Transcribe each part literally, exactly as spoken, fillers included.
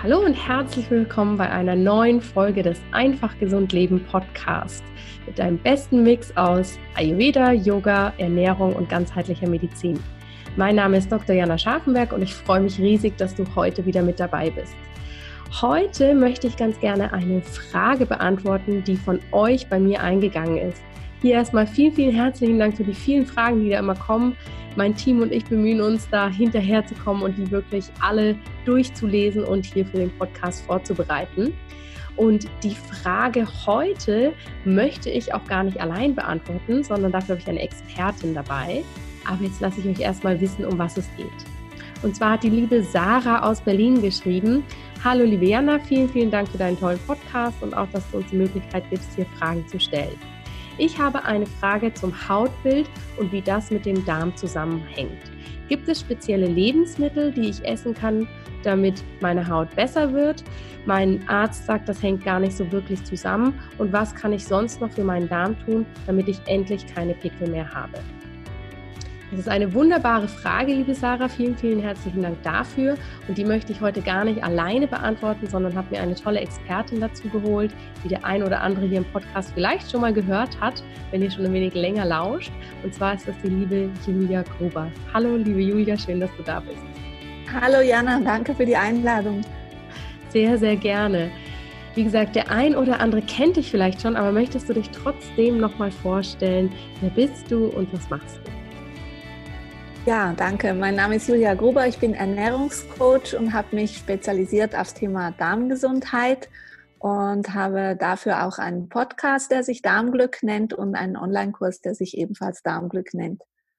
Hallo und herzlich willkommen bei einer neuen Folge des Einfach Gesund Leben Podcast mit deinem besten Mix aus Ayurveda, Yoga, Ernährung und ganzheitlicher Medizin. Mein Name ist Doktor Jana Scharfenberg und ich freue mich riesig, dass du heute wieder mit dabei bist. Heute möchte ich ganz gerne eine Frage beantworten, die von euch bei mir eingegangen ist. Hier erstmal vielen, vielen herzlichen Dank für die vielen Fragen, die da immer kommen. Mein Team und ich bemühen uns, da hinterherzukommen und die wirklich alle durchzulesen und hier für den Podcast vorzubereiten. Und die Frage heute möchte ich auch gar nicht allein beantworten, sondern dafür habe ich eine Expertin dabei. Aber jetzt lasse ich euch erstmal wissen, um was es geht. Und zwar hat die liebe Sarah aus Berlin geschrieben: Hallo liebe Jana, vielen, vielen Dank für deinen tollen Podcast und auch, dass du uns die Möglichkeit gibst, hier Fragen zu stellen. Ich habe eine Frage zum Hautbild und wie das mit dem Darm zusammenhängt. Gibt es spezielle Lebensmittel, die ich essen kann, damit meine Haut besser wird? Mein Arzt sagt, das hängt gar nicht so wirklich zusammen. Und was kann ich sonst noch für meinen Darm tun, damit ich endlich keine Pickel mehr habe? Das ist eine wunderbare Frage, liebe Sarah. Vielen, vielen herzlichen Dank dafür. Und die möchte ich heute gar nicht alleine beantworten, sondern habe mir eine tolle Expertin dazu geholt, die der ein oder andere hier im Podcast vielleicht schon mal gehört hat, wenn ihr schon ein wenig länger lauscht. Und zwar ist das die liebe Julia Gruber. Hallo, liebe Julia, schön, dass du da bist. Hallo Jana, danke für die Einladung. Sehr, sehr gerne. Wie gesagt, der ein oder andere kennt dich vielleicht schon, aber möchtest du dich trotzdem nochmal vorstellen? Wer bist du und was machst du? Ja, danke. Mein Name ist Julia Gruber. Ich bin Ernährungscoach und habe mich spezialisiert aufs Thema Darmgesundheit und habe dafür auch einen Podcast, der sich Darmglück nennt, und einen Online-Kurs, der sich ebenfalls Darmglück nennt.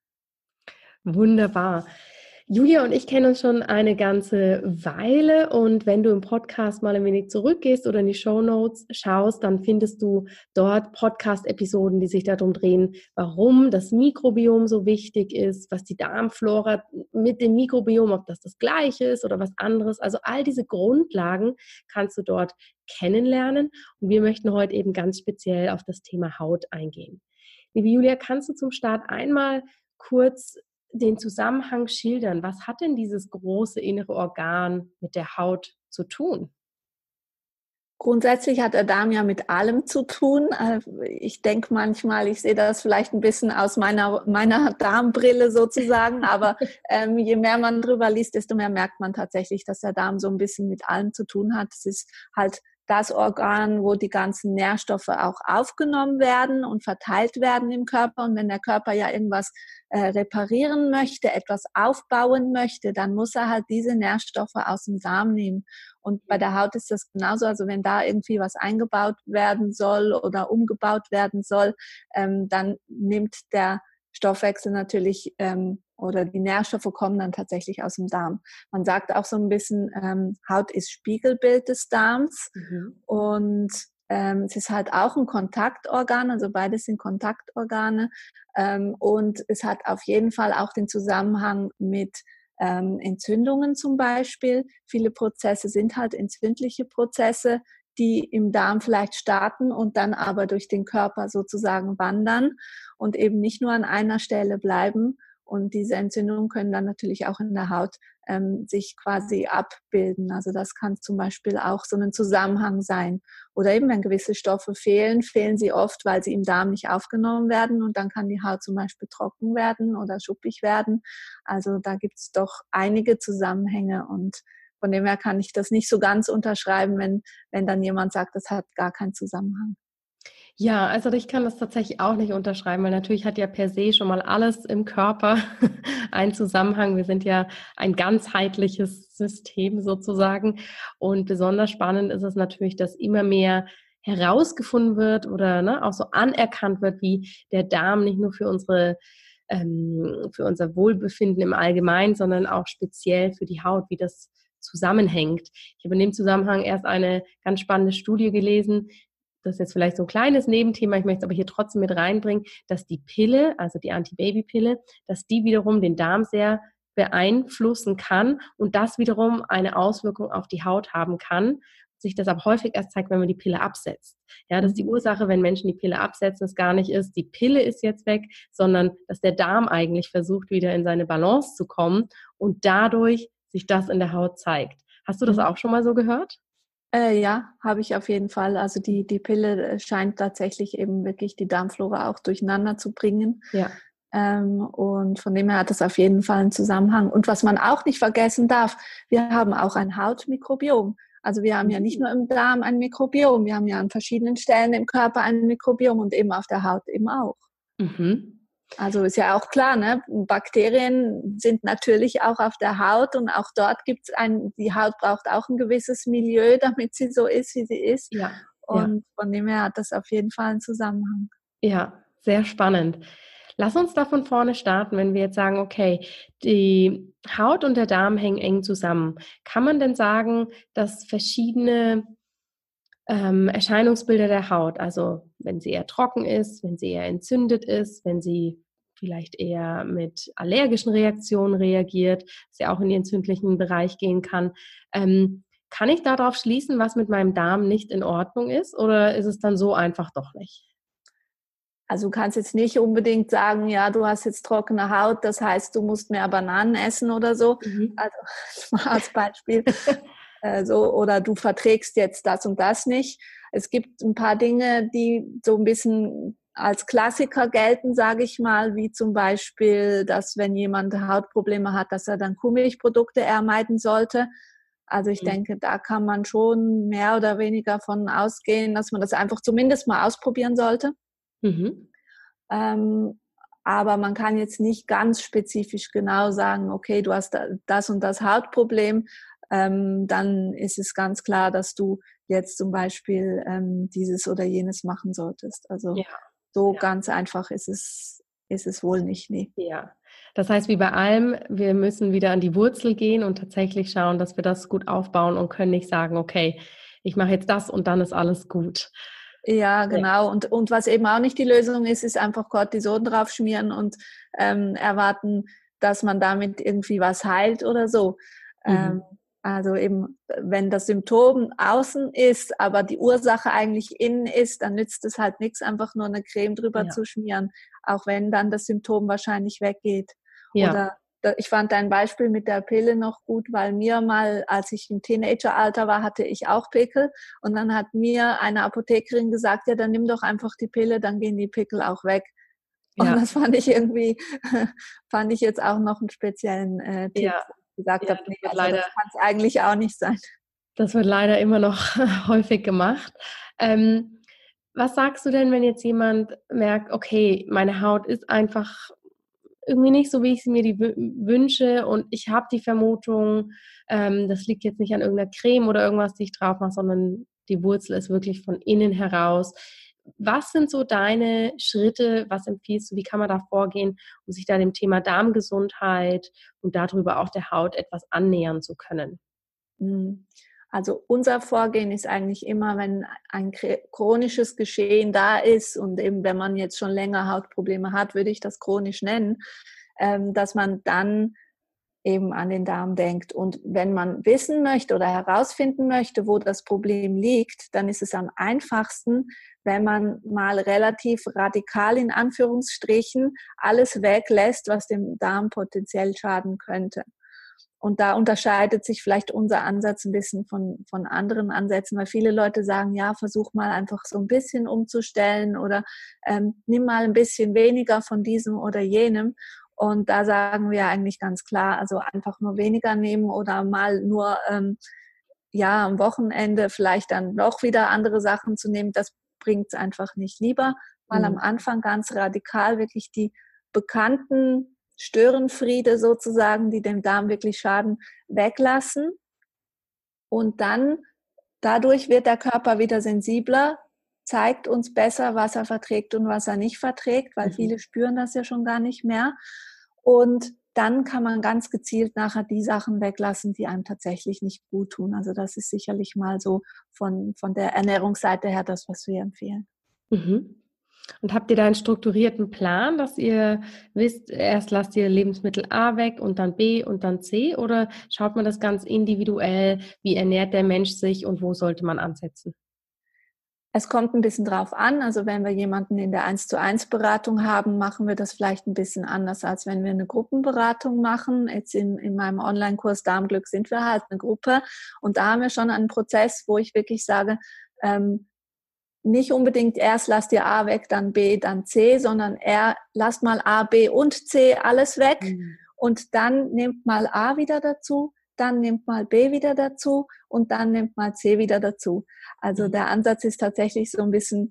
Wunderbar. Julia und ich kennen uns schon eine ganze Weile und wenn du im Podcast mal ein wenig zurückgehst oder in die Shownotes schaust, dann findest du dort Podcast-Episoden, die sich darum drehen, warum das Mikrobiom so wichtig ist, was die Darmflora mit dem Mikrobiom, ob das das Gleiche ist oder was anderes. Also all diese Grundlagen kannst du dort kennenlernen und wir möchten heute eben ganz speziell auf das Thema Haut eingehen. Liebe Julia, kannst du zum Start einmal kurz den Zusammenhang schildern? Was hat denn dieses große innere Organ mit der Haut zu tun? Grundsätzlich hat der Darm ja mit allem zu tun. Ich denke manchmal, ich sehe das vielleicht ein bisschen aus meiner, meiner Darmbrille sozusagen, aber ähm, je mehr man drüber liest, desto mehr merkt man tatsächlich, dass der Darm so ein bisschen mit allem zu tun hat. Es ist halt das Organ, wo die ganzen Nährstoffe auch aufgenommen werden und verteilt werden im Körper. Und wenn der Körper ja irgendwas äh, reparieren möchte, etwas aufbauen möchte, dann muss er halt diese Nährstoffe aus dem Darm nehmen. Und bei der Haut ist das genauso. Also wenn da irgendwie was eingebaut werden soll oder umgebaut werden soll, ähm, dann nimmt der Stoffwechsel natürlich ähm, oder die Nährstoffe kommen dann tatsächlich aus dem Darm. Man sagt auch so ein bisschen, ähm, Haut ist Spiegelbild des Darms. Mhm. Und ähm, es ist halt auch ein Kontaktorgan, also beides sind Kontaktorgane. Ähm, und es hat auf jeden Fall auch den Zusammenhang mit ähm, Entzündungen zum Beispiel. Viele Prozesse sind halt entzündliche Prozesse, die im Darm vielleicht starten und dann aber durch den Körper sozusagen wandern und eben nicht nur an einer Stelle bleiben. Und diese Entzündungen können dann natürlich auch in der Haut ähm, sich quasi abbilden. Also das kann zum Beispiel auch so ein Zusammenhang sein. Oder eben, wenn gewisse Stoffe fehlen, fehlen sie oft, weil sie im Darm nicht aufgenommen werden. Und dann kann die Haut zum Beispiel trocken werden oder schuppig werden. Also da gibt es doch einige Zusammenhänge. Und von dem her kann ich das nicht so ganz unterschreiben, wenn, wenn dann jemand sagt, das hat gar keinen Zusammenhang. Ja, also ich kann das tatsächlich auch nicht unterschreiben, weil natürlich hat ja per se schon mal alles im Körper einen Zusammenhang. Wir sind ja ein ganzheitliches System sozusagen. Und besonders spannend ist es natürlich, dass immer mehr herausgefunden wird oder ne, auch so anerkannt wird, wie der Darm nicht nur für unsere ähm, für unser Wohlbefinden im Allgemeinen, sondern auch speziell für die Haut, wie das zusammenhängt. Ich habe in dem Zusammenhang erst eine ganz spannende Studie gelesen. Das ist jetzt vielleicht so ein kleines Nebenthema, ich möchte es aber hier trotzdem mit reinbringen, dass die Pille, also die Antibabypille, dass die wiederum den Darm sehr beeinflussen kann und das wiederum eine Auswirkung auf die Haut haben kann, sich das aber häufig erst zeigt, wenn man die Pille absetzt. Ja, dass die Ursache, wenn Menschen die Pille absetzen, es gar nicht ist, die Pille ist jetzt weg, sondern dass der Darm eigentlich versucht, wieder in seine Balance zu kommen und dadurch sich das in der Haut zeigt. Hast du das auch schon mal so gehört? Äh, ja, habe ich auf jeden Fall. Also die, die Pille scheint tatsächlich eben wirklich die Darmflora auch durcheinander zu bringen. Ja. Ähm, und von dem her hat das auf jeden Fall einen Zusammenhang. Und was man auch nicht vergessen darf, wir haben auch ein Hautmikrobiom. Also wir haben ja nicht nur im Darm ein Mikrobiom, wir haben ja an verschiedenen Stellen im Körper ein Mikrobiom und eben auf der Haut eben auch. Mhm. Also ist ja auch klar, ne? Bakterien sind natürlich auch auf der Haut und auch dort gibt es ein, die Haut braucht auch ein gewisses Milieu, damit sie so ist, wie sie ist. Ja, ja, Und von dem her hat das auf jeden Fall einen Zusammenhang. ja, sehr spannend. Lass uns da von vorne starten, wenn wir jetzt sagen, okay, die Haut und der Darm hängen eng zusammen. Kann man denn sagen, dass verschiedene ähm, Erscheinungsbilder der Haut, also wenn sie eher trocken ist, wenn sie eher entzündet ist, wenn sie vielleicht eher mit allergischen Reaktionen reagiert, was ja auch in den entzündlichen Bereich gehen kann, ähm, kann ich darauf schließen, was mit meinem Darm nicht in Ordnung ist, oder ist es dann so einfach doch nicht? Also du kannst jetzt nicht unbedingt sagen, ja, du hast jetzt trockene Haut, das heißt, du musst mehr Bananen essen oder so. Mhm. Also mal als Beispiel. äh, so, oder du verträgst jetzt das und das nicht. Es gibt ein paar Dinge, die so ein bisschen als Klassiker gelten, sage ich mal, wie zum Beispiel, dass wenn jemand Hautprobleme hat, dass er dann Kuhmilchprodukte eher meiden sollte. Also ich Mhm. denke, da kann man schon mehr oder weniger von ausgehen, dass man das einfach zumindest mal ausprobieren sollte. Mhm. Ähm, aber man kann jetzt nicht ganz spezifisch genau sagen, okay, du hast das und das Hautproblem, ähm, dann ist es ganz klar, dass du jetzt zum Beispiel ähm, dieses oder jenes machen solltest. Also Ja, so ja. ganz einfach ist es, ist es wohl nicht, nee. Ja, das heißt, wie bei allem, wir müssen wieder an die Wurzel gehen und tatsächlich schauen, dass wir das gut aufbauen und können nicht sagen, okay, ich mache jetzt das und dann ist alles gut. Ja, Ja. genau. Und, und was eben auch nicht die Lösung ist, ist einfach Cortison draufschmieren und ähm, erwarten, dass man damit irgendwie was heilt oder so. Mhm. Ähm, also eben, wenn das Symptom außen ist, aber die Ursache eigentlich innen ist, dann nützt es halt nichts, einfach nur eine Creme drüber Ja. zu schmieren, auch wenn dann das Symptom wahrscheinlich weggeht. Ja. Oder ich fand dein Beispiel mit der Pille noch gut, weil mir mal, als ich im Teenageralter war, hatte ich auch Pickel. Und dann hat mir eine Apothekerin gesagt, ja, dann nimm doch einfach die Pille, dann gehen die Pickel auch weg. Und Ja. das fand ich irgendwie, fand ich jetzt auch noch einen speziellen äh, Tipp, Ja. wo ich gesagt Ja, habe, das nee, wird also leider das kann es eigentlich auch nicht sein. Das wird leider immer noch häufig gemacht. Ähm, was sagst du denn, wenn jetzt jemand merkt, okay, meine Haut ist einfach irgendwie nicht so, wie ich sie mir die wünsche, und ich habe die Vermutung, ähm, das liegt jetzt nicht an irgendeiner Creme oder irgendwas, die ich drauf mache, sondern die Wurzel ist wirklich von innen heraus. Was sind so deine Schritte? Was empfiehlst du? Wie kann man da vorgehen, um sich da dem Thema Darmgesundheit und darüber auch der Haut etwas annähern zu können? Also unser Vorgehen ist eigentlich immer, wenn ein chronisches Geschehen da ist und eben wenn man jetzt schon länger Hautprobleme hat, würde ich das chronisch nennen, dass man dann eben an den Darm denkt. Und wenn man wissen möchte oder herausfinden möchte, wo das Problem liegt, dann ist es am einfachsten, wenn man mal relativ radikal in Anführungsstrichen alles weglässt, was dem Darm potenziell schaden könnte. Und da unterscheidet sich vielleicht unser Ansatz ein bisschen von, von anderen Ansätzen, weil viele Leute sagen, ja, versuch mal einfach so ein bisschen umzustellen oder ähm, nimm mal ein bisschen weniger von diesem oder jenem. Und da sagen wir eigentlich ganz klar, also einfach nur weniger nehmen oder mal nur ähm, ja am Wochenende vielleicht dann noch wieder andere Sachen zu nehmen, das bringt es einfach nicht. Lieber mal am Mhm. Anfang ganz radikal wirklich die bekannten Störenfriede sozusagen, die dem Darm wirklich schaden, weglassen. Und dann, dadurch wird der Körper wieder sensibler, zeigt uns besser, was er verträgt und was er nicht verträgt, weil Mhm. viele spüren das ja schon gar nicht mehr. Und dann kann man ganz gezielt nachher die Sachen weglassen, die einem tatsächlich nicht gut tun. Also das ist sicherlich mal so von, von der Ernährungsseite her das, was wir empfehlen. Mhm. Und habt ihr da einen strukturierten Plan, dass ihr wisst, erst lasst ihr Lebensmittel A weg und dann B und dann C, oder schaut man das ganz individuell, wie ernährt der Mensch sich und wo sollte man ansetzen? Es kommt ein bisschen drauf an. Also wenn wir jemanden in der eins zu eins Beratung haben, machen wir das vielleicht ein bisschen anders, als wenn wir eine Gruppenberatung machen. Jetzt in, in meinem Online-Kurs Darmglück sind wir halt eine Gruppe. Und da haben wir schon einen Prozess, wo ich wirklich sage, ähm, nicht unbedingt erst lass dir A weg, dann B, dann C, sondern er lasst mal A, B und C alles weg mhm. und dann nehmt mal A wieder dazu, dann nimmt mal B wieder dazu und dann nimmt mal C wieder dazu. Also der Ansatz ist tatsächlich so ein bisschen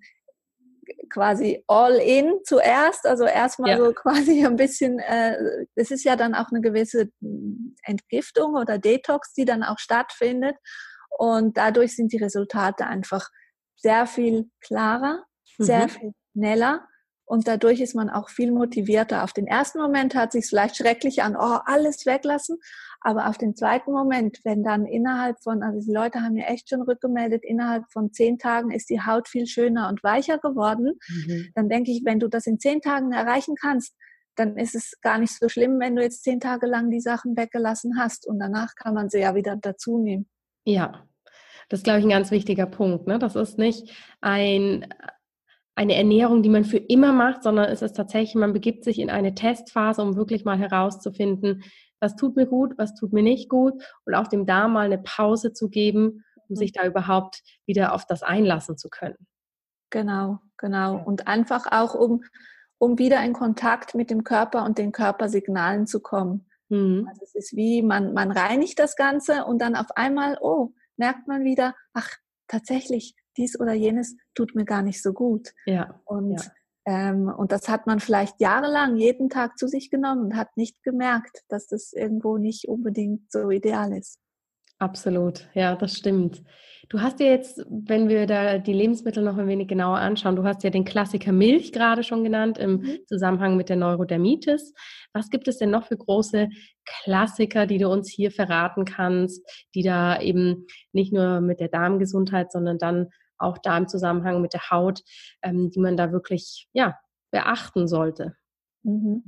quasi all in zuerst, also erstmal ja. so quasi ein bisschen, äh, es ist ja dann auch eine gewisse Entgiftung oder Detox, die dann auch stattfindet und dadurch sind die Resultate einfach sehr viel klarer, sehr mhm. viel schneller und dadurch ist man auch viel motivierter. Auf den ersten Moment hört sich vielleicht schrecklich an, oh, alles weglassen, aber auf den zweiten Moment, wenn dann innerhalb von, also die Leute haben mir echt schon rückgemeldet, innerhalb von zehn Tagen ist die Haut viel schöner und weicher geworden, mhm. dann denke ich, wenn du das in zehn Tagen erreichen kannst, dann ist es gar nicht so schlimm, wenn du jetzt zehn Tage lang die Sachen weggelassen hast und danach kann man sie ja wieder dazu nehmen. Ja. Das ist, glaube ich, ein ganz wichtiger Punkt. Ne? Das ist nicht ein, eine Ernährung, die man für immer macht, sondern es ist tatsächlich, man begibt sich in eine Testphase, um wirklich mal herauszufinden, was tut mir gut, was tut mir nicht gut und auch dem Darm mal eine Pause zu geben, um sich da überhaupt wieder auf das einlassen zu können. Genau, genau. Und einfach auch, um, um wieder in Kontakt mit dem Körper und den Körpersignalen zu kommen. Mhm. Also es ist wie, man, man reinigt das Ganze und dann auf einmal, oh, merkt man wieder, ach, tatsächlich, dies oder jenes tut mir gar nicht so gut. Ja. Und, ja. ähm, und das hat man vielleicht jahrelang jeden Tag zu sich genommen und hat nicht gemerkt, dass das irgendwo nicht unbedingt so ideal ist. Absolut, ja, das stimmt. Du hast ja jetzt, wenn wir da die Lebensmittel noch ein wenig genauer anschauen, du hast ja den Klassiker Milch gerade schon genannt im mhm. Zusammenhang mit der Neurodermitis. Was gibt es denn noch für große Klassiker, die du uns hier verraten kannst, die da eben nicht nur mit der Darmgesundheit, sondern dann auch da im Zusammenhang mit der Haut, ähm, die man da wirklich ja, beachten sollte? Mhm.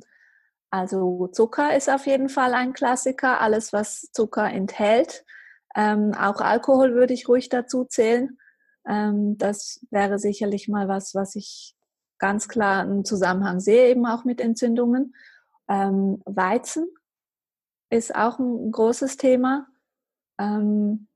Also Zucker ist auf jeden Fall ein Klassiker, alles was Zucker enthält. Ähm, auch Alkohol würde ich ruhig dazu zählen. Ähm, das wäre sicherlich mal was, was ich ganz klar einen Zusammenhang sehe, eben auch mit Entzündungen. Ähm, Weizen ist auch ein großes Thema. Ähm,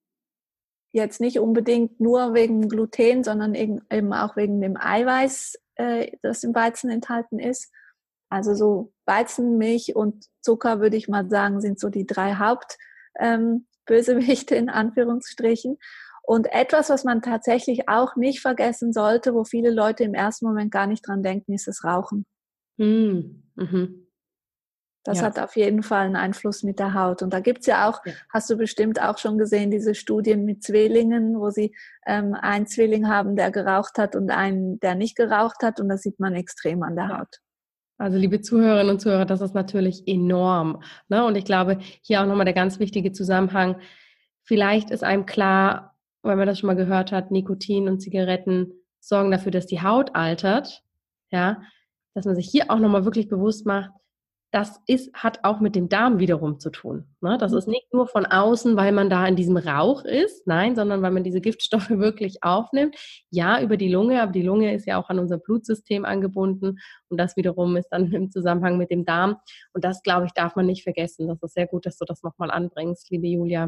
jetzt nicht unbedingt nur wegen Gluten, sondern eben auch wegen dem Eiweiß, äh, das im Weizen enthalten ist. Also so Weizen, Milch und Zucker, würde ich mal sagen, sind so die drei Hauptbösewichte ähm, in Anführungsstrichen. Und etwas, was man tatsächlich auch nicht vergessen sollte, wo viele Leute im ersten Moment gar nicht dran denken, ist das Rauchen. Mhm. Mhm. Das ja. hat auf jeden Fall einen Einfluss mit der Haut. Und da gibt's ja auch, ja. hast du bestimmt auch schon gesehen, diese Studien mit Zwillingen, wo sie ähm, einen Zwilling haben, der geraucht hat und einen, der nicht geraucht hat. Und das sieht man extrem an der ja. Haut. Also liebe Zuhörerinnen und Zuhörer, das ist natürlich enorm. Ne? Und ich glaube, hier auch nochmal der ganz wichtige Zusammenhang. Vielleicht ist einem klar, weil man das schon mal gehört hat, Nikotin und Zigaretten sorgen dafür, dass die Haut altert. Ja, dass man sich hier auch nochmal wirklich bewusst macht, das ist, hat auch mit dem Darm wiederum zu tun. Ne? Das ist nicht nur von außen, weil man da in diesem Rauch ist, nein, sondern weil man diese Giftstoffe wirklich aufnimmt. Ja, über die Lunge, aber die Lunge ist ja auch an unser Blutsystem angebunden und das wiederum ist dann im Zusammenhang mit dem Darm. Und das, glaube ich, darf man nicht vergessen. Das ist sehr gut, dass du das nochmal anbringst, liebe Julia.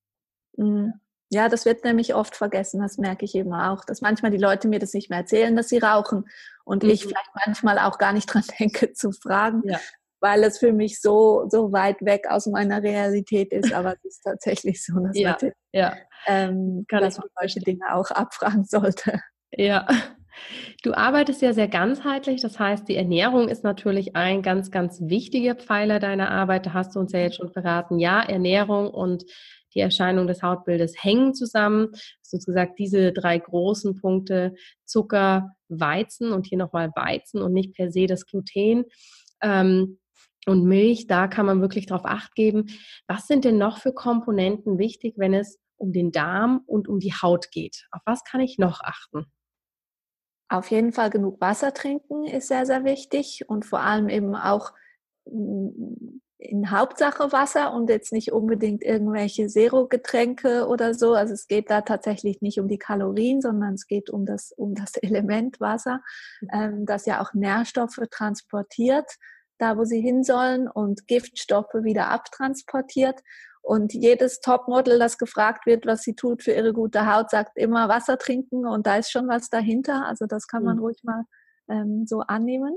Ja, das wird nämlich oft vergessen, das merke ich eben auch, dass manchmal die Leute mir das nicht mehr erzählen, dass sie rauchen und mhm. ich vielleicht manchmal auch gar nicht dran denke zu fragen, ja. weil es für mich so so weit weg aus meiner Realität ist, aber es ist tatsächlich so, dass, ja, natürlich, ja. Ähm, dass man solche Dinge auch abfragen sollte. Ja, du arbeitest ja sehr ganzheitlich, das heißt, die Ernährung ist natürlich ein ganz, ganz wichtiger Pfeiler deiner Arbeit, da hast du uns ja jetzt schon verraten, ja, Ernährung und die Erscheinung des Hautbildes hängen zusammen. Hast du uns gesagt, diese drei großen Punkte, Zucker, Weizen und hier nochmal Weizen und nicht per se das Gluten ähm, und Milch, da kann man wirklich drauf Acht geben. Was sind denn noch für Komponenten wichtig, wenn es um den Darm und um die Haut geht? Auf was kann ich noch achten? Auf jeden Fall genug Wasser trinken ist sehr, sehr wichtig und vor allem eben auch in Hauptsache Wasser und jetzt nicht unbedingt irgendwelche Zero-Getränke oder so. Also es geht da tatsächlich nicht um die Kalorien, sondern es geht um das, um das Element Wasser, ähm, das ja auch Nährstoffe transportiert, da wo sie hin sollen, und Giftstoffe wieder abtransportiert. Und jedes Topmodel, das gefragt wird, was sie tut für ihre gute Haut, sagt immer Wasser trinken, und da ist schon was dahinter. Also das kann man ruhig mal ähm, so annehmen.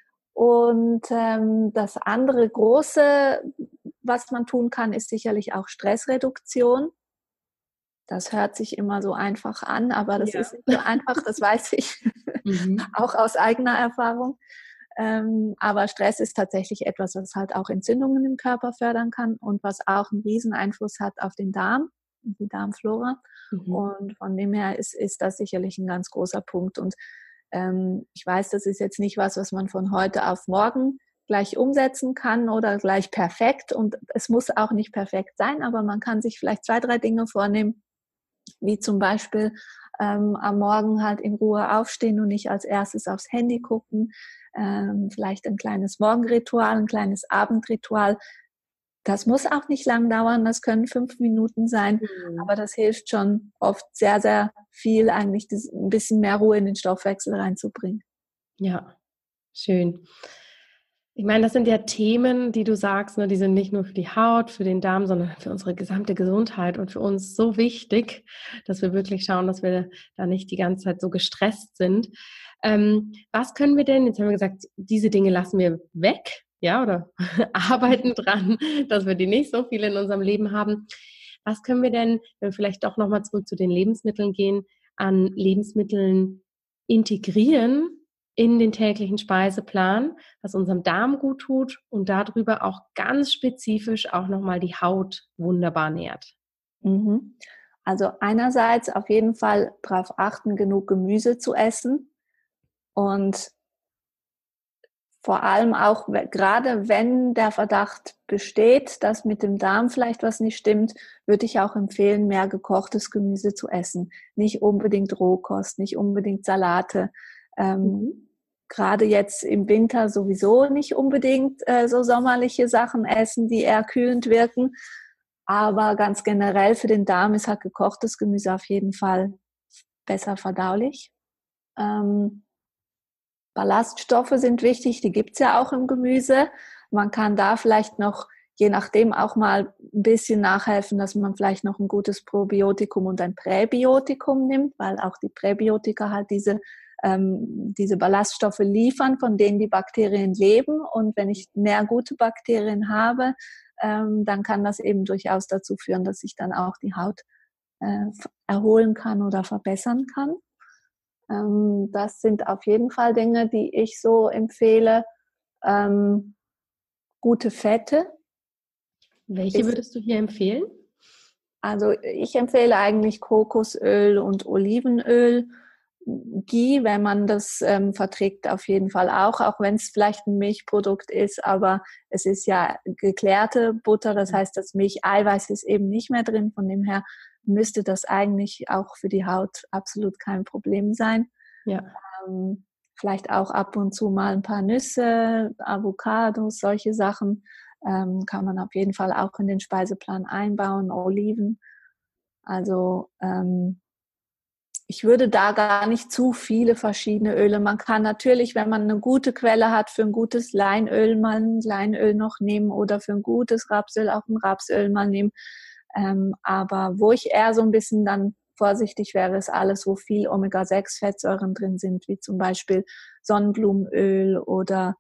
Und ähm, das andere große, was man tun kann, ist sicherlich auch Stressreduktion. Das hört sich immer so einfach an, aber das Ja. ist nicht so einfach, das weiß ich Mhm. auch aus eigener Erfahrung. Ähm, aber Stress ist tatsächlich etwas, was halt auch Entzündungen im Körper fördern kann und was auch einen riesen Einfluss hat auf den Darm, die Darmflora. Mhm. Und von dem her ist, ist das sicherlich ein ganz großer Punkt. Und ähm, ich weiß, das ist jetzt nicht was, was man von heute auf morgen gleich umsetzen kann oder gleich perfekt. Und es muss auch nicht perfekt sein, aber man kann sich vielleicht zwei, drei Dinge vornehmen, wie zum Beispiel ähm, am Morgen halt in Ruhe aufstehen und nicht als erstes aufs Handy gucken. Ähm, vielleicht ein kleines Morgenritual, ein kleines Abendritual. Das muss auch nicht lang dauern, das können fünf Minuten sein, Mhm. aber das hilft schon oft sehr, sehr viel, eigentlich das, ein bisschen mehr Ruhe in den Stoffwechsel reinzubringen. Ja, schön. Ich meine, das sind ja Themen, die du sagst, ne, die sind nicht nur für die Haut, für den Darm, sondern für unsere gesamte Gesundheit und für uns so wichtig, dass wir wirklich schauen, dass wir da nicht die ganze Zeit so gestresst sind. Ähm, was können wir denn, jetzt haben wir gesagt, diese Dinge lassen wir weg, ja, oder arbeiten dran, dass wir die nicht so viel in unserem Leben haben. Was können wir denn, wenn wir vielleicht doch nochmal zurück zu den Lebensmitteln gehen, an Lebensmitteln integrieren in den täglichen Speiseplan, was unserem Darm gut tut und darüber auch ganz spezifisch auch nochmal die Haut wunderbar nährt? Mhm. Also einerseits auf jeden Fall darauf achten, genug Gemüse zu essen, und vor allem auch, gerade wenn der Verdacht besteht, dass mit dem Darm vielleicht was nicht stimmt, würde ich auch empfehlen, mehr gekochtes Gemüse zu essen. Nicht unbedingt Rohkost, nicht unbedingt Salate. Ähm, gerade jetzt im Winter sowieso nicht unbedingt äh, so sommerliche Sachen essen, die eher kühlend wirken. Aber ganz generell für den Darm ist halt gekochtes Gemüse auf jeden Fall besser verdaulich. Ähm, Ballaststoffe sind wichtig, die gibt's ja auch im Gemüse. Man kann da vielleicht noch, je nachdem, auch mal ein bisschen nachhelfen, dass man vielleicht noch ein gutes Probiotikum und ein Präbiotikum nimmt, weil auch die Präbiotika halt diese, ähm, diese Ballaststoffe liefern, von denen die Bakterien leben. Und wenn ich mehr gute Bakterien habe, ähm, dann kann das eben durchaus dazu führen, dass sich dann auch die Haut äh, erholen kann oder verbessern kann. Ähm, das sind auf jeden Fall Dinge, die ich so empfehle. Ähm, gute Fette. Welche Ist, würdest du hier empfehlen? also ich empfehle eigentlich Kokosöl und Olivenöl. Ghee, wenn man das ähm, verträgt, auf jeden Fall auch, auch wenn es vielleicht ein Milchprodukt ist, aber es ist ja geklärte Butter, das heißt, das Milcheiweiß ist eben nicht mehr drin, von dem her müsste das eigentlich auch für die Haut absolut kein Problem sein. Ja. Ähm, vielleicht auch ab und zu mal ein paar Nüsse, Avocados, solche Sachen ähm, kann man auf jeden Fall auch in den Speiseplan einbauen, Oliven. Also ähm, ich würde da gar nicht zu viele verschiedene Öle. Man kann natürlich, wenn man eine gute Quelle hat, für ein gutes Leinöl mal ein Leinöl noch nehmen oder für ein gutes Rapsöl auch ein Rapsöl mal nehmen. Ähm, aber wo ich eher so ein bisschen dann vorsichtig wäre, ist alles, wo viel Omega sechs Fettsäuren drin sind, wie zum Beispiel Sonnenblumenöl oder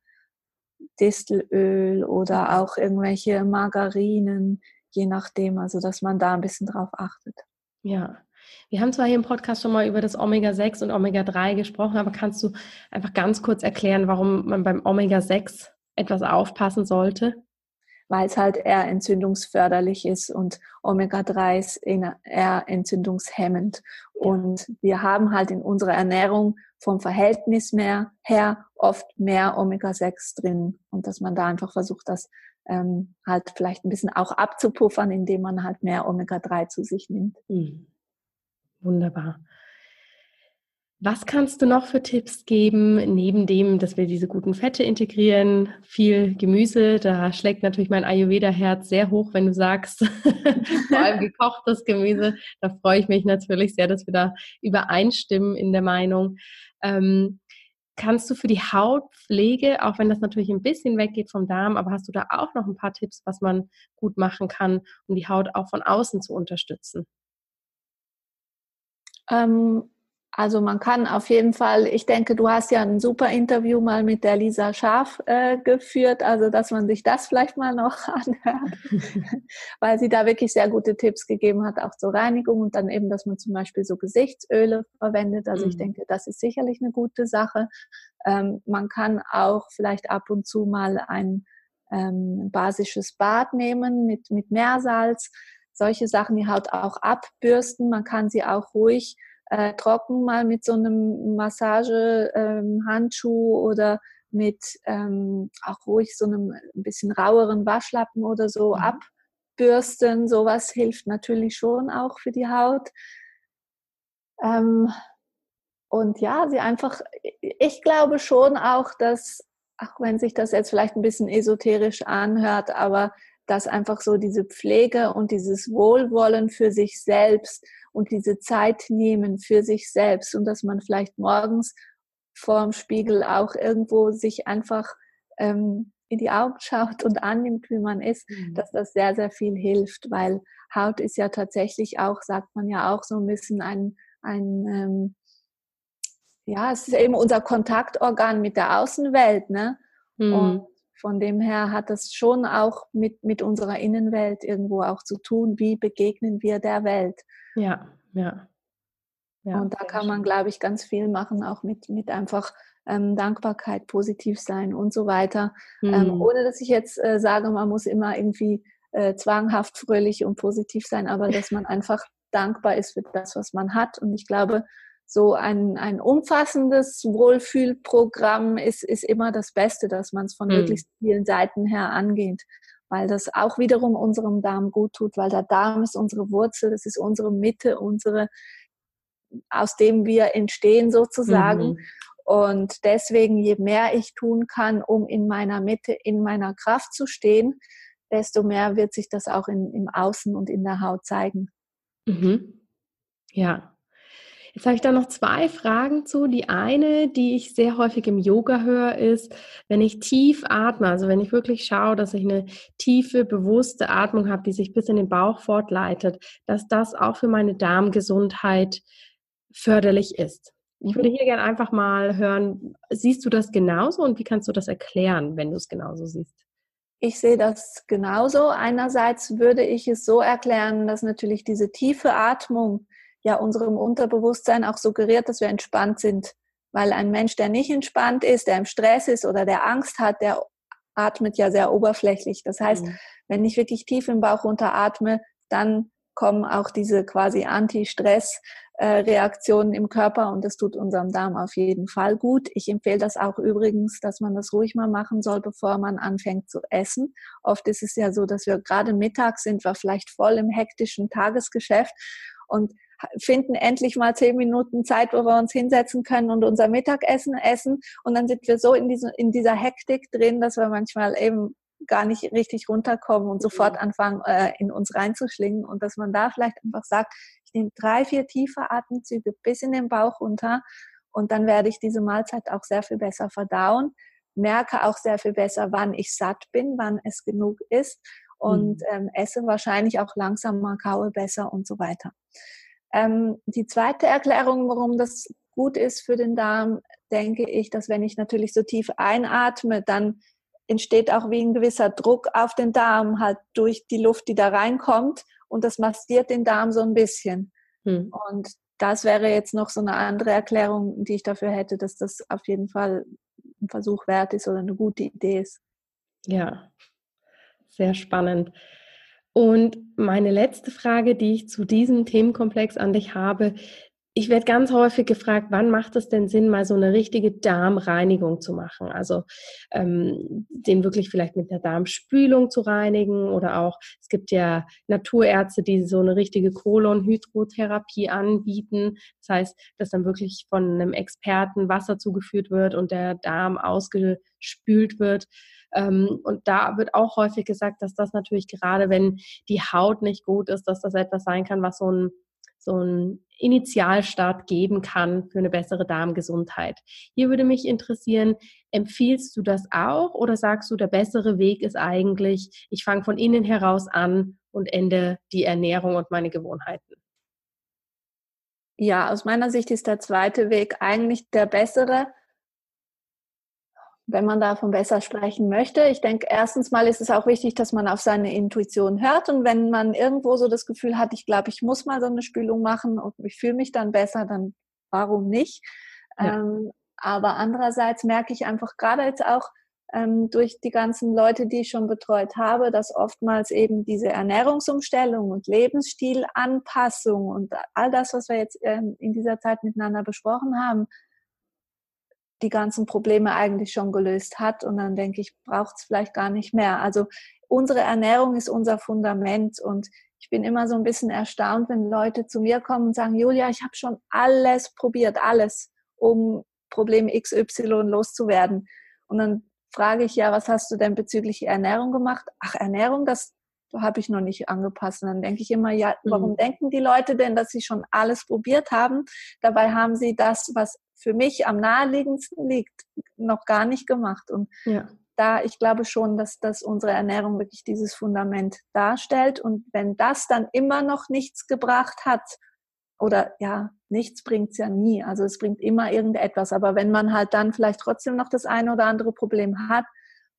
Distelöl oder auch irgendwelche Margarinen, je nachdem, also dass man da ein bisschen drauf achtet. Ja. Wir haben zwar hier im Podcast schon mal über das Omega sechs und Omega drei gesprochen, aber kannst du einfach ganz kurz erklären, warum man beim Omega sechs etwas aufpassen sollte? Weil es halt eher entzündungsförderlich ist und Omega drei ist eher entzündungshemmend. Ja. Und wir haben halt in unserer Ernährung vom Verhältnis mehr her oft mehr Omega sechs drin, und dass man da einfach versucht, das ähm, halt vielleicht ein bisschen auch abzupuffern, indem man halt mehr Omega drei zu sich nimmt. Mhm. Wunderbar. Was kannst du noch für Tipps geben, neben dem, dass wir diese guten Fette integrieren, viel Gemüse? Da schlägt natürlich mein Ayurveda-Herz sehr hoch, wenn du sagst, vor allem gekochtes Gemüse. Da freue ich mich natürlich sehr, dass wir da übereinstimmen in der Meinung. Ähm, kannst du für die Hautpflege, auch wenn das natürlich ein bisschen weggeht vom Darm, aber hast du da auch noch ein paar Tipps, was man gut machen kann, um die Haut auch von außen zu unterstützen? Ähm, also man kann auf jeden Fall, ich denke, du hast ja ein super Interview mal mit der Lisa Scharf äh, geführt, also dass man sich das vielleicht mal noch anhört, weil sie da wirklich sehr gute Tipps gegeben hat, auch zur Reinigung und dann eben, dass man zum Beispiel so Gesichtsöle verwendet. Also ich Mhm. denke, das ist sicherlich eine gute Sache. Ähm, man kann auch vielleicht ab und zu mal ein ähm, basisches Bad nehmen mit, mit Meersalz. Solche Sachen die Haut auch abbürsten. Man kann sie auch ruhig äh, trocken mal mit so einem Massage-Handschuh ähm, oder mit ähm, auch ruhig so einem ein bisschen raueren Waschlappen oder so Mhm. abbürsten. Sowas hilft natürlich schon auch für die Haut. Ähm, und ja, sie einfach, ich glaube schon auch, dass, auch wenn sich das jetzt vielleicht ein bisschen esoterisch anhört, aber dass einfach so diese Pflege und dieses Wohlwollen für sich selbst und diese Zeit nehmen für sich selbst und dass man vielleicht morgens vorm Spiegel auch irgendwo sich einfach ähm, in die Augen schaut und annimmt, wie man ist, Mhm. dass das sehr, sehr viel hilft, weil Haut ist ja tatsächlich auch, sagt man ja auch so ein bisschen ein, ein ähm, ja, es ist eben unser Kontaktorgan mit der Außenwelt, ne? Und Mhm. von dem her hat das schon auch mit, mit unserer Innenwelt irgendwo auch zu tun. Wie begegnen wir der Welt? Ja, ja, ja, Und da sehr kann man, schön. glaube ich, ganz viel machen, auch mit, mit einfach ähm, Dankbarkeit, positiv sein und so weiter. Ähm, Mhm. ohne dass ich jetzt äh, sage, man muss immer irgendwie äh, zwanghaft fröhlich und positiv sein, aber dass man einfach dankbar ist für das, was man hat. Und ich glaube, so ein, ein umfassendes Wohlfühlprogramm ist, ist immer das Beste, dass man es von Mhm. möglichst vielen Seiten her angeht, weil das auch wiederum unserem Darm gut tut, weil der Darm ist unsere Wurzel, das ist unsere Mitte, unsere aus dem wir entstehen sozusagen. Mhm. Und deswegen, je mehr ich tun kann, um in meiner Mitte, in meiner Kraft zu stehen, desto mehr wird sich das auch in, im Außen und in der Haut zeigen. Mhm. Ja. Jetzt habe ich da noch zwei Fragen zu. Die eine, die ich sehr häufig im Yoga höre, ist, wenn ich tief atme, also wenn ich wirklich schaue, dass ich eine tiefe, bewusste Atmung habe, die sich bis in den Bauch fortleitet, dass das auch für meine Darmgesundheit förderlich ist. Ich würde Mhm. hier gerne einfach mal hören, siehst du das genauso und wie kannst du das erklären, wenn du es genauso siehst? Ich sehe das genauso. Einerseits würde ich es so erklären, dass natürlich diese tiefe Atmung ja unserem Unterbewusstsein auch suggeriert, dass wir entspannt sind. Weil ein Mensch, der nicht entspannt ist, der im Stress ist oder der Angst hat, der atmet ja sehr oberflächlich. Das heißt, Mhm. wenn ich wirklich tief im Bauch runteratme, dann kommen auch diese quasi Anti-Stress-Reaktionen im Körper und das tut unserem Darm auf jeden Fall gut. Ich empfehle das auch übrigens, dass man das ruhig mal machen soll, bevor man anfängt zu essen. Oft ist es ja so, dass wir gerade mittags sind, wir vielleicht voll im hektischen Tagesgeschäft und finden endlich mal zehn Minuten Zeit, wo wir uns hinsetzen können und unser Mittagessen essen. Und dann sind wir so in, diese, in dieser Hektik drin, dass wir manchmal eben gar nicht richtig runterkommen und sofort anfangen, äh, in uns reinzuschlingen. Und dass man da vielleicht einfach sagt, ich nehme drei, vier tiefe Atemzüge bis in den Bauch runter und dann werde ich diese Mahlzeit auch sehr viel besser verdauen, merke auch sehr viel besser, wann ich satt bin, wann es genug ist und Mhm. ähm, esse wahrscheinlich auch langsamer, kaue besser und so weiter. Ähm, die zweite Erklärung, warum das gut ist für den Darm, denke ich, dass wenn ich natürlich so tief einatme, dann entsteht auch wie ein gewisser Druck auf den Darm, halt durch die Luft, die da reinkommt und das massiert den Darm so ein bisschen. Mhm. Und das wäre jetzt noch so eine andere Erklärung, die ich dafür hätte, dass das auf jeden Fall ein Versuch wert ist oder eine gute Idee ist. Ja, sehr spannend. Und meine letzte Frage, die ich zu diesem Themenkomplex an dich habe, Ich werde ganz häufig gefragt, wann macht es denn Sinn, mal so eine richtige Darmreinigung zu machen? Also ähm, den wirklich vielleicht mit einer Darmspülung zu reinigen oder auch, es gibt ja Naturärzte, die so eine richtige Kolonhydrotherapie anbieten. Das heißt, dass dann wirklich von einem Experten Wasser zugeführt wird und der Darm ausgespült wird. Ähm, und da wird auch häufig gesagt, dass das natürlich gerade, wenn die Haut nicht gut ist, dass das etwas sein kann, was so ein so einen Initialstart geben kann für eine bessere Darmgesundheit. Hier würde mich interessieren, empfiehlst du das auch oder sagst du, der bessere Weg ist eigentlich, ich fange von innen heraus an und ende die Ernährung und meine Gewohnheiten? Ja, aus meiner Sicht ist der zweite Weg eigentlich der bessere, wenn man davon besser sprechen möchte. Ich denke, erstens mal ist es auch wichtig, dass man auf seine Intuition hört. Und wenn man irgendwo so das Gefühl hat, ich glaube, ich muss mal so eine Spülung machen und ich fühle mich dann besser, dann warum nicht? Ja. Ähm, aber andererseits merke ich einfach gerade jetzt auch ähm, durch die ganzen Leute, die ich schon betreut habe, dass oftmals eben diese Ernährungsumstellung und Lebensstilanpassung und all das, was wir jetzt ähm, in dieser Zeit miteinander besprochen haben, die ganzen Probleme eigentlich schon gelöst hat. Und dann denke ich, braucht es vielleicht gar nicht mehr. Also unsere Ernährung ist unser Fundament. Und ich bin immer so ein bisschen erstaunt, wenn Leute zu mir kommen und sagen, Julia, ich habe schon alles probiert, alles, um Problem X Y loszuwerden. Und dann frage ich, ja, was hast du denn bezüglich Ernährung gemacht? Ach, Ernährung, das habe ich noch nicht angepasst. Und dann denke ich immer, ja, warum Mhm. denken die Leute denn, dass sie schon alles probiert haben? Dabei haben sie das, was für mich am naheliegendsten liegt, noch gar nicht gemacht. Und Ja. da, ich glaube schon, dass, dass unsere Ernährung wirklich dieses Fundament darstellt. Und wenn das dann immer noch nichts gebracht hat, oder ja, nichts bringt's ja nie. Also es bringt immer irgendetwas. Aber wenn man halt dann vielleicht trotzdem noch das eine oder andere Problem hat,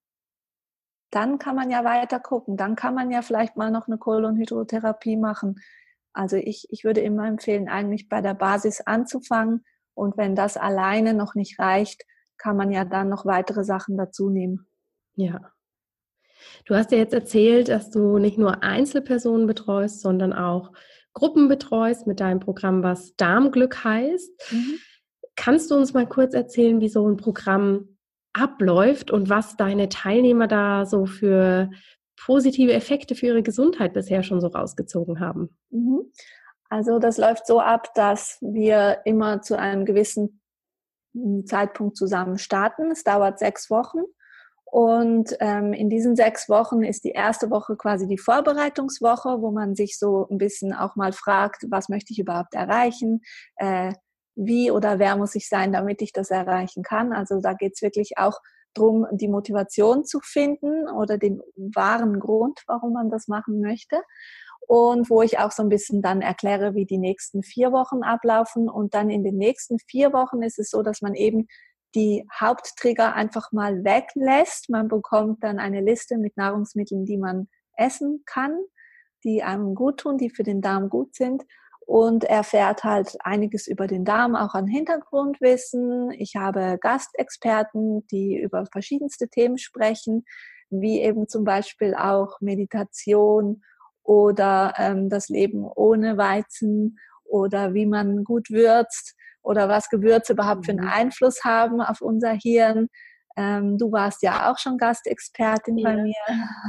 dann kann man ja weiter gucken. Dann kann man ja vielleicht mal noch eine Kolonhydrotherapie machen. Also ich, ich würde immer empfehlen, eigentlich bei der Basis anzufangen. Und wenn das alleine noch nicht reicht, kann man ja dann noch weitere Sachen dazu nehmen. Ja. Du hast ja jetzt erzählt, dass du nicht nur Einzelpersonen betreust, sondern auch Gruppen betreust mit deinem Programm, was Darmglück heißt. Mhm. Kannst du uns mal kurz erzählen, wie so ein Programm abläuft und was deine Teilnehmer da so für positive Effekte für ihre Gesundheit bisher schon so rausgezogen haben? Mhm. Also das läuft so ab, dass wir immer zu einem gewissen Zeitpunkt zusammen starten. Es dauert sechs Wochen. Und ähm, in diesen sechs Wochen ist die erste Woche quasi die Vorbereitungswoche, wo man sich so ein bisschen auch mal fragt, was möchte ich überhaupt erreichen, äh, wie oder wer muss ich sein, damit ich das erreichen kann. Also da geht es wirklich auch darum, die Motivation zu finden oder den wahren Grund, warum man das machen möchte. Und wo ich auch so ein bisschen dann erkläre, wie die nächsten vier Wochen ablaufen. Und dann in den nächsten vier Wochen ist es so, dass man eben die Haupttrigger einfach mal weglässt. Man bekommt dann eine Liste mit Nahrungsmitteln, die man essen kann, die einem gut tun, die für den Darm gut sind, und erfährt halt einiges über den Darm, auch an Hintergrundwissen. Ich habe Gastexperten, die über verschiedenste Themen sprechen, wie eben zum Beispiel auch Meditation oder ähm, das Leben ohne Weizen oder wie man gut würzt oder was Gewürze überhaupt für einen Mhm. Einfluss haben auf unser Hirn. Ähm, du warst ja auch schon Gastexpertin bei Ja. mir.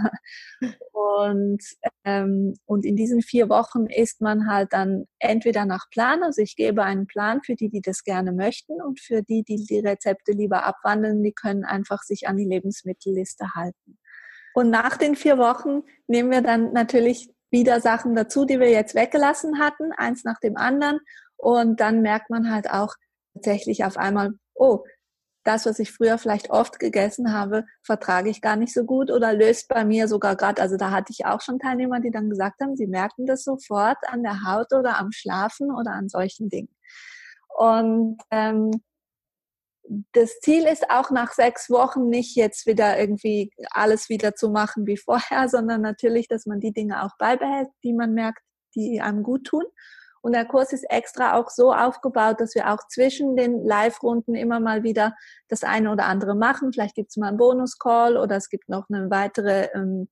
Und, ähm, und in diesen vier Wochen isst man halt dann entweder nach Plan, also ich gebe einen Plan für die, die das gerne möchten, und für die, die die Rezepte lieber abwandeln, die können einfach sich an die Lebensmittelliste halten. Und nach den vier Wochen nehmen wir dann natürlich wieder Sachen dazu, die wir jetzt weggelassen hatten, eins nach dem anderen. Und dann merkt man halt auch tatsächlich auf einmal, oh, das, was ich früher vielleicht oft gegessen habe, vertrage ich gar nicht so gut oder löst bei mir sogar gerade, also da hatte ich auch schon Teilnehmer, die dann gesagt haben, sie merken das sofort an der Haut oder am Schlafen oder an solchen Dingen. Und ähm, das Ziel ist auch nach sechs Wochen nicht jetzt wieder irgendwie alles wieder zu machen wie vorher, sondern natürlich, dass man die Dinge auch beibehält, die man merkt, die einem gut tun. Und der Kurs ist extra auch so aufgebaut, dass wir auch zwischen den Live-Runden immer mal wieder das eine oder andere machen. Vielleicht gibt es mal einen Bonus-Call oder es gibt noch eine weitere ähm,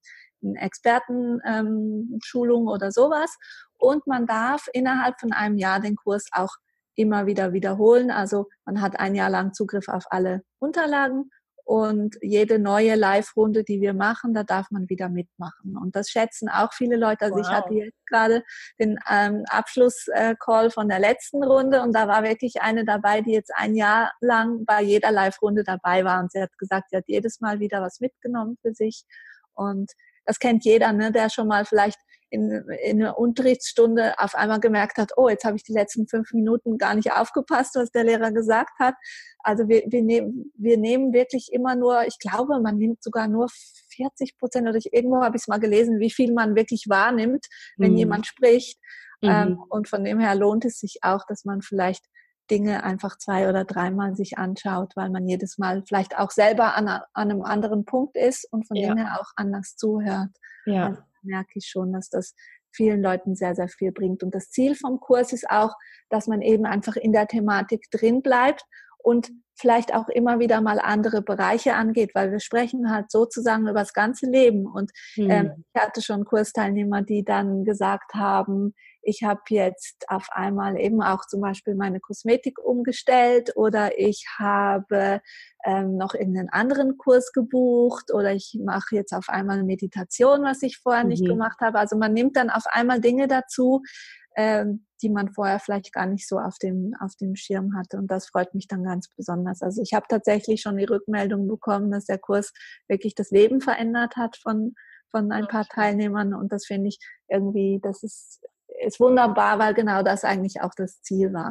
Experten-Schulung ähm, oder sowas. Und man darf innerhalb von einem Jahr den Kurs auch immer wieder wiederholen. Also man hat ein Jahr lang Zugriff auf alle Unterlagen und jede neue Live-Runde, die wir machen, da darf man wieder mitmachen. Und das schätzen auch viele Leute. Also wow. Ich hatte jetzt gerade den ähm, Abschluss-Call von der letzten Runde und da war wirklich eine dabei, die jetzt ein Jahr lang bei jeder Live-Runde dabei war. Und sie hat gesagt, sie hat jedes Mal wieder was mitgenommen für sich. Und das kennt jeder, ne, der schon mal vielleicht in, in einer Unterrichtsstunde auf einmal gemerkt hat, oh, jetzt habe ich die letzten fünf Minuten gar nicht aufgepasst, was der Lehrer gesagt hat. Also wir, wir, nehmen, wir nehmen wirklich immer nur, ich glaube, man nimmt sogar nur vierzig Prozent oder ich, irgendwo habe ich es mal gelesen, wie viel man wirklich wahrnimmt, wenn mhm. jemand spricht. Mhm. Ähm, und von dem her lohnt es sich auch, dass man vielleicht Dinge einfach zwei oder dreimal sich anschaut, weil man jedes Mal vielleicht auch selber an, an einem anderen Punkt ist und von ja. dem her auch anders zuhört. Ja. Also merke ich schon, dass das vielen Leuten sehr, sehr viel bringt. Und das Ziel vom Kurs ist auch, dass man eben einfach in der Thematik drin bleibt und vielleicht auch immer wieder mal andere Bereiche angeht, weil wir sprechen halt sozusagen über das ganze Leben. Und mhm. ähm, ich hatte schon Kursteilnehmer, die dann gesagt haben, ich habe jetzt auf einmal eben auch zum Beispiel meine Kosmetik umgestellt oder ich habe ähm, noch irgendeinen anderen Kurs gebucht oder ich mache jetzt auf einmal Meditation, was ich vorher mhm. nicht gemacht habe. Also man nimmt dann auf einmal Dinge dazu, ähm, die man vorher vielleicht gar nicht so auf dem, auf dem Schirm hatte. Und das freut mich dann ganz besonders. Also ich habe tatsächlich schon die Rückmeldung bekommen, dass der Kurs wirklich das Leben verändert hat von, von ein paar Teilnehmern. Und das finde ich irgendwie, das ist, ist wunderbar, weil genau das eigentlich auch das Ziel war.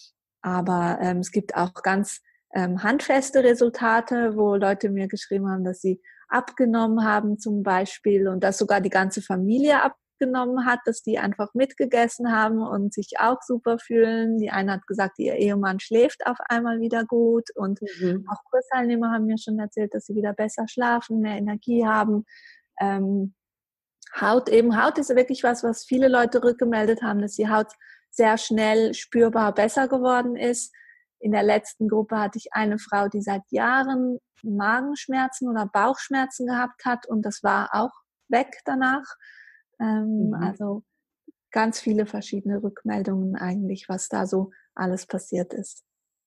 Aber ähm, es gibt auch ganz ähm, handfeste Resultate, wo Leute mir geschrieben haben, dass sie abgenommen haben zum Beispiel und dass sogar die ganze Familie abgenommen hat, dass die einfach mitgegessen haben und sich auch super fühlen. Die eine hat gesagt, ihr Ehemann schläft auf einmal wieder gut und mhm. auch Kursteilnehmer haben mir schon erzählt, dass sie wieder besser schlafen, mehr Energie haben. Ähm, Haut eben, Haut ist wirklich was, was viele Leute rückgemeldet haben, dass die Haut sehr schnell spürbar besser geworden ist. In der letzten Gruppe hatte ich eine Frau, die seit Jahren Magenschmerzen oder Bauchschmerzen gehabt hat und das war auch weg danach. Ähm, mhm. Also ganz viele verschiedene Rückmeldungen eigentlich, was da so alles passiert ist.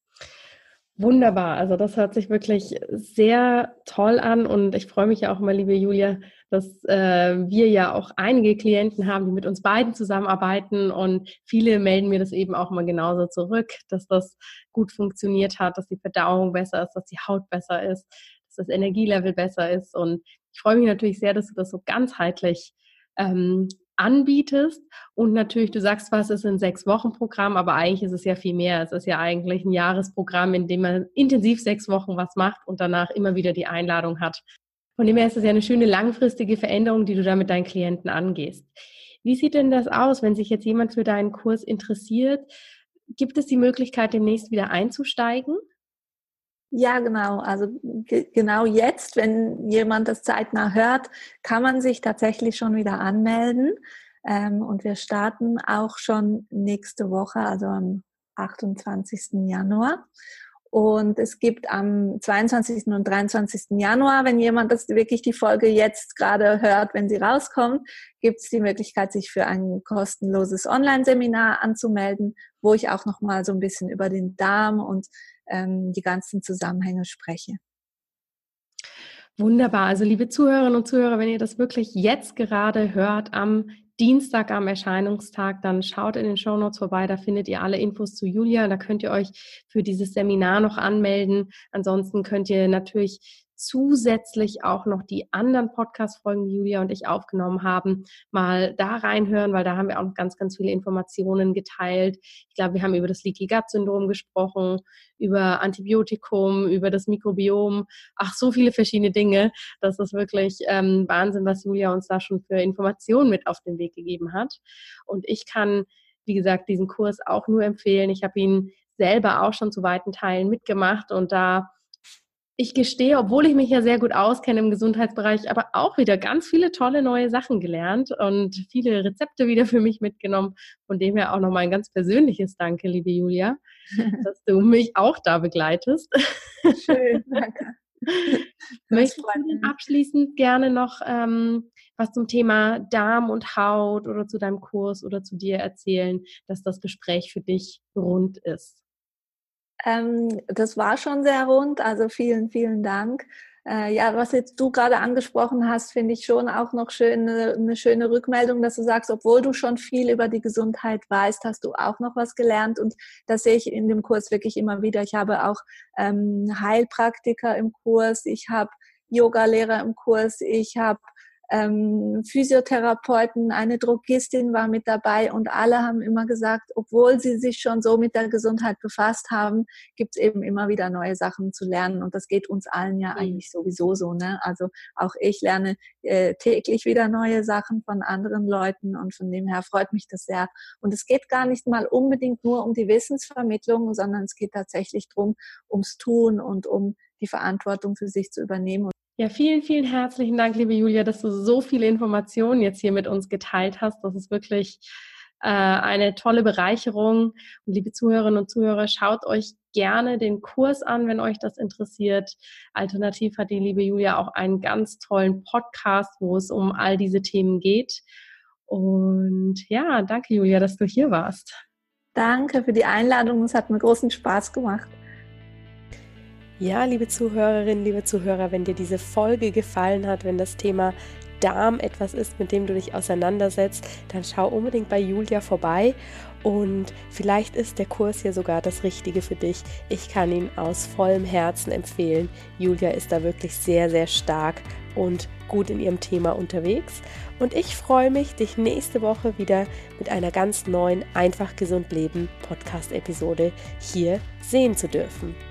Wunderbar, also das hört sich wirklich sehr toll an und ich freue mich ja auch mal, liebe Julia, dass äh, wir ja auch einige Klienten haben, die mit uns beiden zusammenarbeiten und viele melden mir das eben auch mal genauso zurück, dass das gut funktioniert hat, dass die Verdauung besser ist, dass die Haut besser ist, dass das Energielevel besser ist und ich freue mich natürlich sehr, dass du das so ganzheitlich ähm, anbietest und natürlich, du sagst zwar, es ist ein Sechs-Wochen-Programm, aber eigentlich ist es ja viel mehr. Es ist ja eigentlich ein Jahresprogramm, in dem man intensiv sechs Wochen was macht und danach immer wieder die Einladung hat. Von dem her ist es ja eine schöne langfristige Veränderung, die du da mit deinen Klienten angehst. Wie sieht denn das aus, wenn sich jetzt jemand für deinen Kurs interessiert? Gibt es die Möglichkeit, demnächst wieder einzusteigen? Ja, genau. Also ge- genau jetzt, wenn jemand das zeitnah hört, kann man sich tatsächlich schon wieder anmelden. Ähm, und wir starten auch schon nächste Woche, also am achtundzwanzigsten Januar. Und es gibt am zweiundzwanzigsten und dreiundzwanzigsten Januar, wenn jemand das wirklich die Folge jetzt gerade hört, wenn sie rauskommt, gibt es die Möglichkeit, sich für ein kostenloses Online-Seminar anzumelden, wo ich auch nochmal so ein bisschen über den Darm und ähm, die ganzen Zusammenhänge spreche. Wunderbar. Also liebe Zuhörerinnen und Zuhörer, wenn ihr das wirklich jetzt gerade hört, am Dienstag, am Erscheinungstag, dann schaut in den Shownotes vorbei, da findet ihr alle Infos zu Julia, da könnt ihr euch für dieses Seminar noch anmelden. Ansonsten könnt ihr natürlich zusätzlich auch noch die anderen Podcast-Folgen, die Julia und ich aufgenommen haben, mal da reinhören, weil da haben wir auch noch ganz, ganz viele Informationen geteilt. Ich glaube, wir haben über das Leaky Gut Syndrom gesprochen, über Antibiotikum, über das Mikrobiom, ach, so viele verschiedene Dinge. Das ist wirklich ähm, Wahnsinn, was Julia uns da schon für Informationen mit auf den Weg gegeben hat. Und ich kann, wie gesagt, diesen Kurs auch nur empfehlen. Ich habe ihn selber auch schon zu weiten Teilen mitgemacht und da ich gestehe, obwohl ich mich ja sehr gut auskenne im Gesundheitsbereich, aber auch wieder ganz viele tolle neue Sachen gelernt und viele Rezepte wieder für mich mitgenommen. Von dem her auch nochmal ein ganz persönliches Danke, liebe Julia, dass du mich auch da begleitest. Schön, danke. Möchtest du denn abschließend gerne noch ähm, was zum Thema Darm und Haut oder zu deinem Kurs oder zu dir erzählen, dass das Gespräch für dich rund ist? Ähm, das war schon sehr rund, also vielen, vielen Dank. Äh, ja, was jetzt du gerade angesprochen hast, finde ich schon auch noch schön, eine, eine schöne Rückmeldung, dass du sagst, obwohl du schon viel über die Gesundheit weißt, hast du auch noch was gelernt. Und das sehe ich in dem Kurs wirklich immer wieder. Ich habe auch ähm, Heilpraktiker im Kurs, ich habe Yoga-Lehrer im Kurs, ich habe ähm, Physiotherapeuten, eine Drogistin war mit dabei und alle haben immer gesagt, obwohl sie sich schon so mit der Gesundheit befasst haben, gibt es eben immer wieder neue Sachen zu lernen und das geht uns allen ja eigentlich sowieso so, ne? Also auch ich lerne äh, täglich wieder neue Sachen von anderen Leuten und von dem her freut mich das sehr. Und es geht gar nicht mal unbedingt nur um die Wissensvermittlung, sondern es geht tatsächlich drum, ums Tun und um die Verantwortung für sich zu übernehmen. Ja, vielen, vielen herzlichen Dank, liebe Julia, dass du so viele Informationen jetzt hier mit uns geteilt hast. Das ist wirklich äh, eine tolle Bereicherung. Und liebe Zuhörerinnen und Zuhörer, schaut euch gerne den Kurs an, wenn euch das interessiert. Alternativ hat die liebe Julia auch einen ganz tollen Podcast, wo es um all diese Themen geht. Und ja, danke Julia, dass du hier warst. Danke für die Einladung. Es hat mir großen Spaß gemacht. Ja, liebe Zuhörerinnen, liebe Zuhörer, wenn dir diese Folge gefallen hat, wenn das Thema Darm etwas ist, mit dem du dich auseinandersetzt, dann schau unbedingt bei Julia vorbei und vielleicht ist der Kurs hier sogar das Richtige für dich. Ich kann ihn aus vollem Herzen empfehlen. Julia ist da wirklich sehr, sehr stark und gut in ihrem Thema unterwegs und ich freue mich, dich nächste Woche wieder mit einer ganz neuen Einfach gesund leben Podcast-Episode hier sehen zu dürfen.